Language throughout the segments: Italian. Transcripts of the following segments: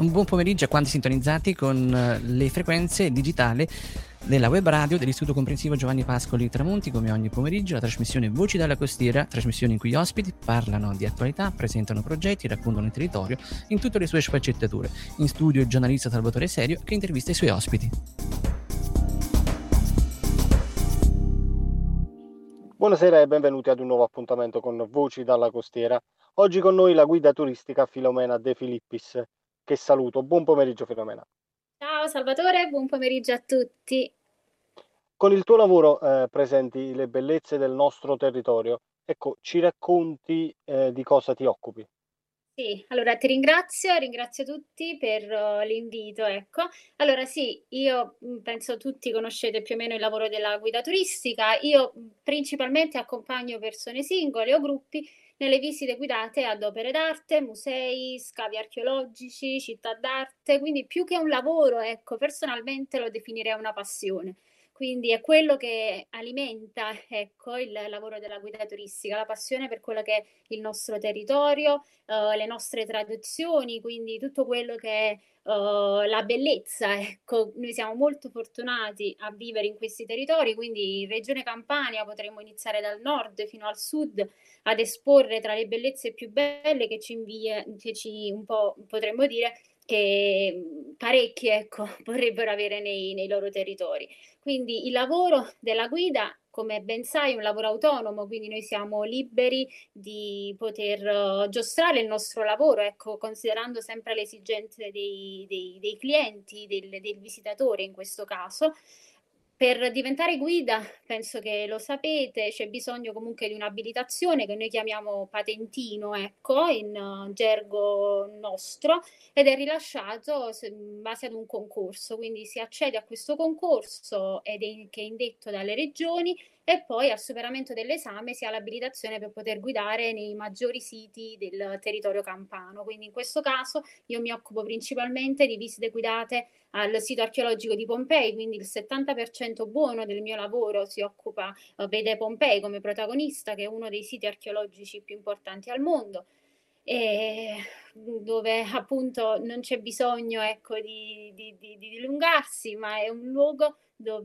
Un buon pomeriggio a quanti sintonizzati con le frequenze digitali della web radio dell'Istituto Comprensivo Giovanni Pascoli Tramonti. Come ogni pomeriggio la trasmissione Voci dalla Costiera, trasmissione in cui gli ospiti parlano di attualità, presentano progetti, raccontano il territorio in tutte le sue sfaccettature. In studio il giornalista Salvatore Serio che intervista i suoi ospiti. Buonasera e benvenuti ad un nuovo appuntamento con Voci dalla Costiera. Oggi con noi la guida turistica Filomena De Filippis, che saluto. Buon pomeriggio Filomena. Ciao Salvatore, buon pomeriggio a tutti. Con il tuo lavoro presenti le bellezze del nostro territorio. Ecco, ci racconti di cosa ti occupi? Sì, allora ti ringrazio tutti per l'invito, ecco. Allora sì, io penso tutti conoscete più o meno il lavoro della guida turistica. Io principalmente accompagno persone singole o gruppi nelle visite guidate ad opere d'arte, musei, scavi archeologici, città d'arte, quindi più che un lavoro, ecco, personalmente lo definirei una passione. Quindi è quello che alimenta, ecco, il lavoro della guida turistica, la passione per quello che è il nostro territorio, le nostre tradizioni, quindi tutto quello che è la bellezza. Ecco, noi siamo molto fortunati a vivere in questi territori, quindi in Regione Campania potremmo iniziare dal nord fino al sud ad esporre tra le bellezze più belle che ci un po' potremmo dire che parecchi ecco, vorrebbero avere nei loro territori. Quindi il lavoro della guida, come ben sai, è un lavoro autonomo, quindi noi siamo liberi di poter giostrare il nostro lavoro, ecco, considerando sempre le esigenze dei clienti, del visitatore in questo caso. Per diventare guida, penso che lo sapete, c'è bisogno comunque di un'abilitazione che noi chiamiamo patentino, ecco, in gergo nostro, ed è rilasciato in base ad un concorso, quindi si accede a questo concorso che è indetto dalle regioni e poi al superamento dell'esame si ha l'abilitazione per poter guidare nei maggiori siti del territorio campano. Quindi in questo caso io mi occupo principalmente di visite guidate al sito archeologico di Pompei, quindi il 70% buono del mio lavoro si occupa, vede Pompei come protagonista, che è uno dei siti archeologici più importanti al mondo, e dove appunto non c'è bisogno ecco, di dilungarsi, ma è un luogo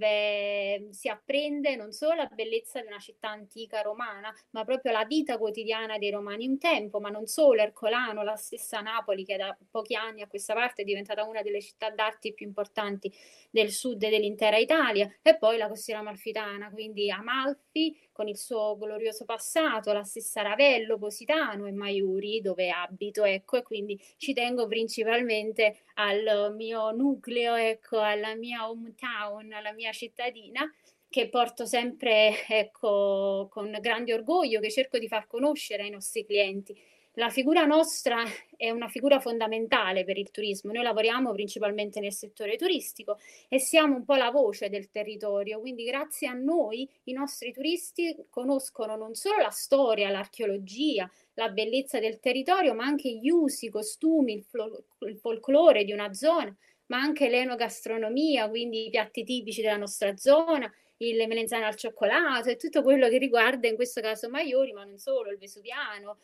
dove si apprende non solo la bellezza di una città antica romana, ma proprio la vita quotidiana dei romani un tempo, ma non solo, Ercolano, la stessa Napoli che da pochi anni a questa parte è diventata una delle città d'arte più importanti del sud e dell'intera Italia, e poi la costiera amalfitana, quindi Amalfi con il suo glorioso passato, la stessa Ravello, Positano e Maiuri dove abito, ecco, e quindi ci tengo principalmente al mio nucleo, ecco, alla mia hometown, alla mia cittadina, che porto sempre, ecco, con grande orgoglio, che cerco di far conoscere ai nostri clienti. La figura nostra è una figura fondamentale per il turismo. Noi lavoriamo principalmente nel settore turistico e siamo un po' la voce del territorio, quindi grazie a noi i nostri turisti conoscono non solo la storia, l'archeologia, la bellezza del territorio, ma anche gli usi, i costumi, il folklore di una zona, ma anche l'enogastronomia, quindi i piatti tipici della nostra zona, le melenzane al cioccolato e tutto quello che riguarda in questo caso Maiori, ma non solo, il Vesuviano,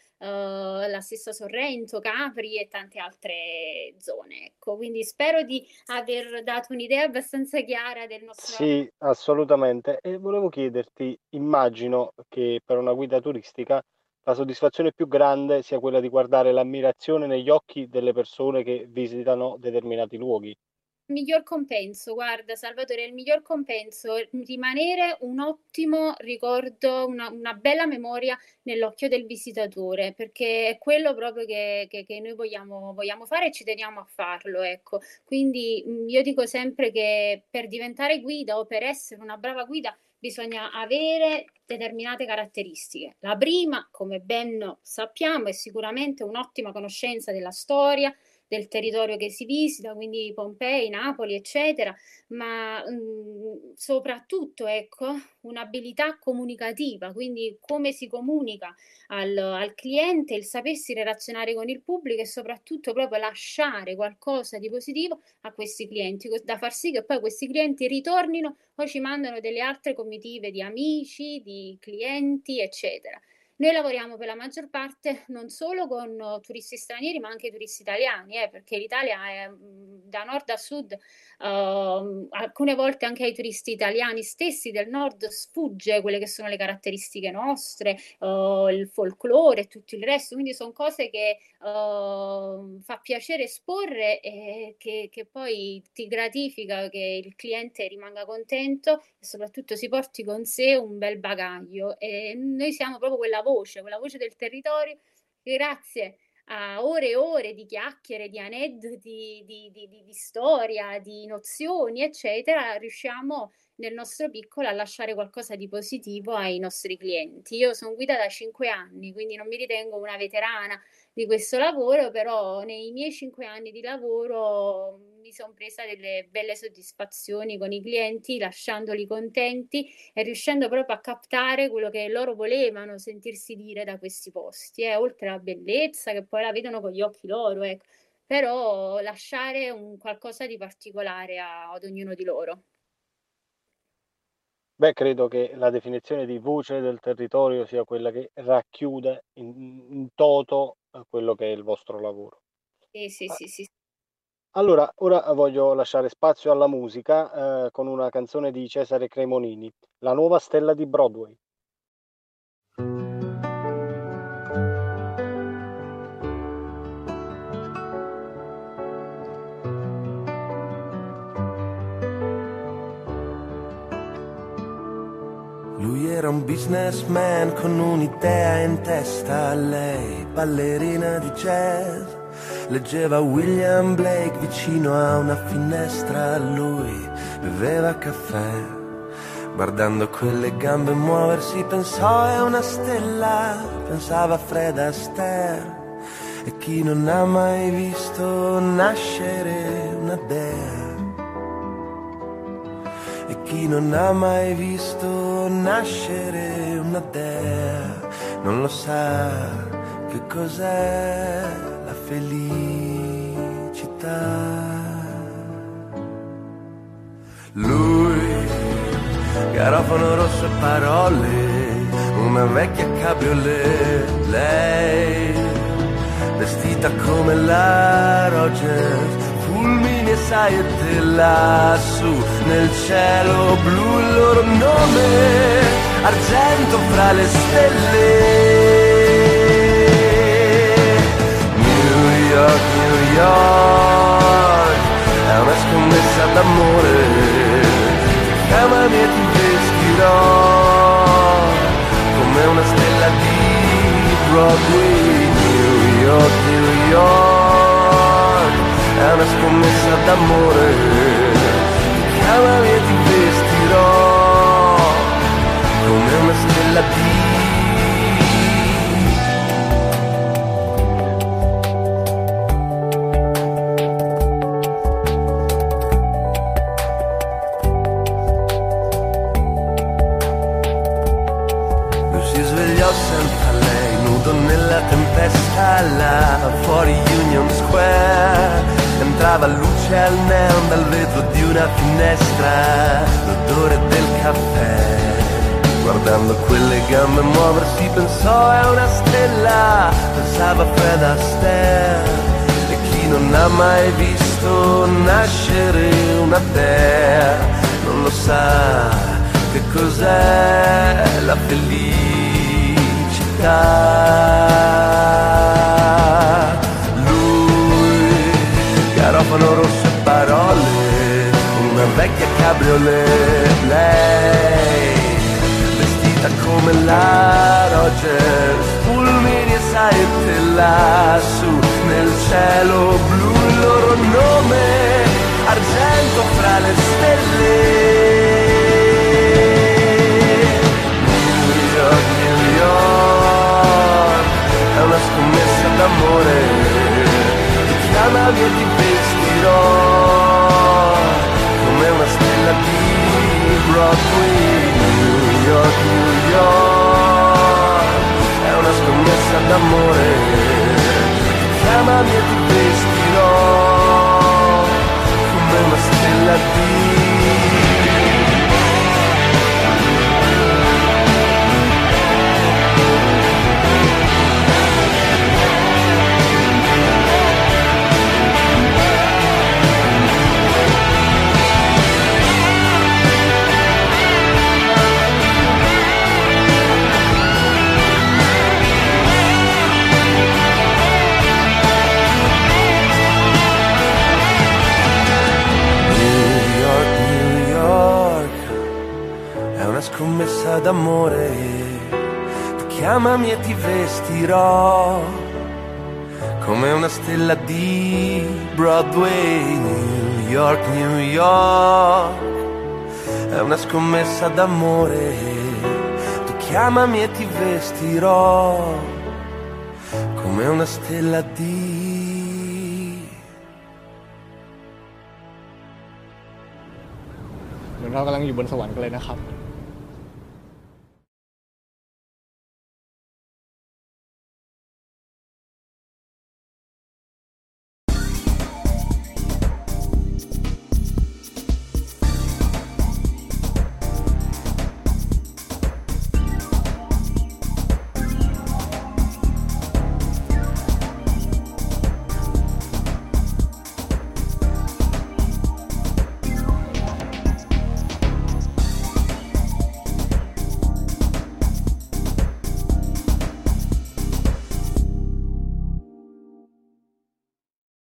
la stessa Sorrento, Capri e tante altre zone. Ecco, quindi spero di aver dato un'idea abbastanza chiara del nostro lavoro. Sì, assolutamente. E volevo chiederti, immagino che per una guida turistica la soddisfazione più grande sia quella di guardare l'ammirazione negli occhi delle persone che visitano determinati luoghi. Il miglior compenso, guarda Salvatore, il miglior compenso è rimanere un ottimo ricordo, una bella memoria nell'occhio del visitatore, perché è quello proprio che noi vogliamo fare e ci teniamo a farlo, ecco. Quindi io dico sempre che per diventare guida o per essere una brava guida bisogna avere determinate caratteristiche. La prima, come ben sappiamo, è sicuramente un'ottima conoscenza della storia, del territorio che si visita, quindi Pompei, Napoli, eccetera, ma soprattutto ecco, un'abilità comunicativa, quindi come si comunica al cliente, il sapersi relazionare con il pubblico e soprattutto proprio lasciare qualcosa di positivo a questi clienti, da far sì che poi questi clienti ritornino o ci mandano delle altre comitive di amici, di clienti, eccetera. Noi lavoriamo per la maggior parte non solo con turisti stranieri, ma anche turisti italiani, perché l'Italia è da nord a sud, alcune volte anche ai turisti italiani stessi del nord sfugge quelle che sono le caratteristiche nostre, il folklore e tutto il resto, quindi sono cose che fa piacere esporre e che poi ti gratifica che il cliente rimanga contento e soprattutto si porti con sé un bel bagaglio. E noi siamo proprio quella voce del territorio che grazie a ore e ore di chiacchiere, di aneddoti, di storia, di nozioni, eccetera, riusciamo nel nostro piccolo a lasciare qualcosa di positivo ai nostri clienti. Io sono guida da 5 anni, quindi non mi ritengo una veterana di questo lavoro, però nei miei 5 anni di lavoro mi sono presa delle belle soddisfazioni con i clienti, lasciandoli contenti e riuscendo proprio a captare quello che loro volevano sentirsi dire da questi posti, oltre alla bellezza che poi la vedono con gli occhi loro, ecco. Però lasciare un qualcosa di particolare ad ognuno di loro. Beh, credo che la definizione di voce del territorio sia quella che racchiude in toto quello che è il vostro lavoro. Sì, sì, sì. Allora, ora voglio lasciare spazio alla musica con una canzone di Cesare Cremonini, La nuova stella di Broadway. Lui era un businessman con un'idea in testa, lei ballerina di jazz. Leggeva William Blake vicino a una finestra, lui beveva caffè. Guardando quelle gambe muoversi pensò è una stella, pensava a Fred Astaire. E chi non ha mai visto nascere una dea? E chi non ha mai visto nascere una dea non lo sa che cos'è la felicità. Lui, garofano rosso e parole, una vecchia cabriolet, lei, vestita come la Rogers, fulmini e saette lassù nel cielo blu, il loro nome, argento fra le stelle. New York, New York, è una scommessa d'amore, chiamami e ti vestirò come una stella di Broadway. New York, New York, è una scommessa d'amore, chiamami e ti vestirò come una stella di. Lui si svegliò senza lei, nudo nella tempesta là fuori Union Square. Entrava luce al neon dal vetro di una finestra, l'odore del caffè. Guardando quelle gambe muoversi pensò è una stella, pensava Fred Astaire. E chi non ha mai visto nascere una dea non lo sa che cos'è la felicità. Garofano rosso e parole, una vecchia cabriolet, lei, vestita come la Rogers, fulmini e saette lassù nel cielo blu, il loro nome, argento fra le stelle. New York, New York, è una scommessa d'amore, chiamami e ti vestirò come una stella di Broadway. New York, New York, è una scommessa d'amore, chiamami e ti vestirò come una stella di. chiamami e ti vestirò come una stella di Broadway, New York, New York. È una scommessa d'amore. Tu chiamami e ti vestirò come una stella di... เหมือนเรากำลังอยู่บนสวรรค์กันเลยนะครับ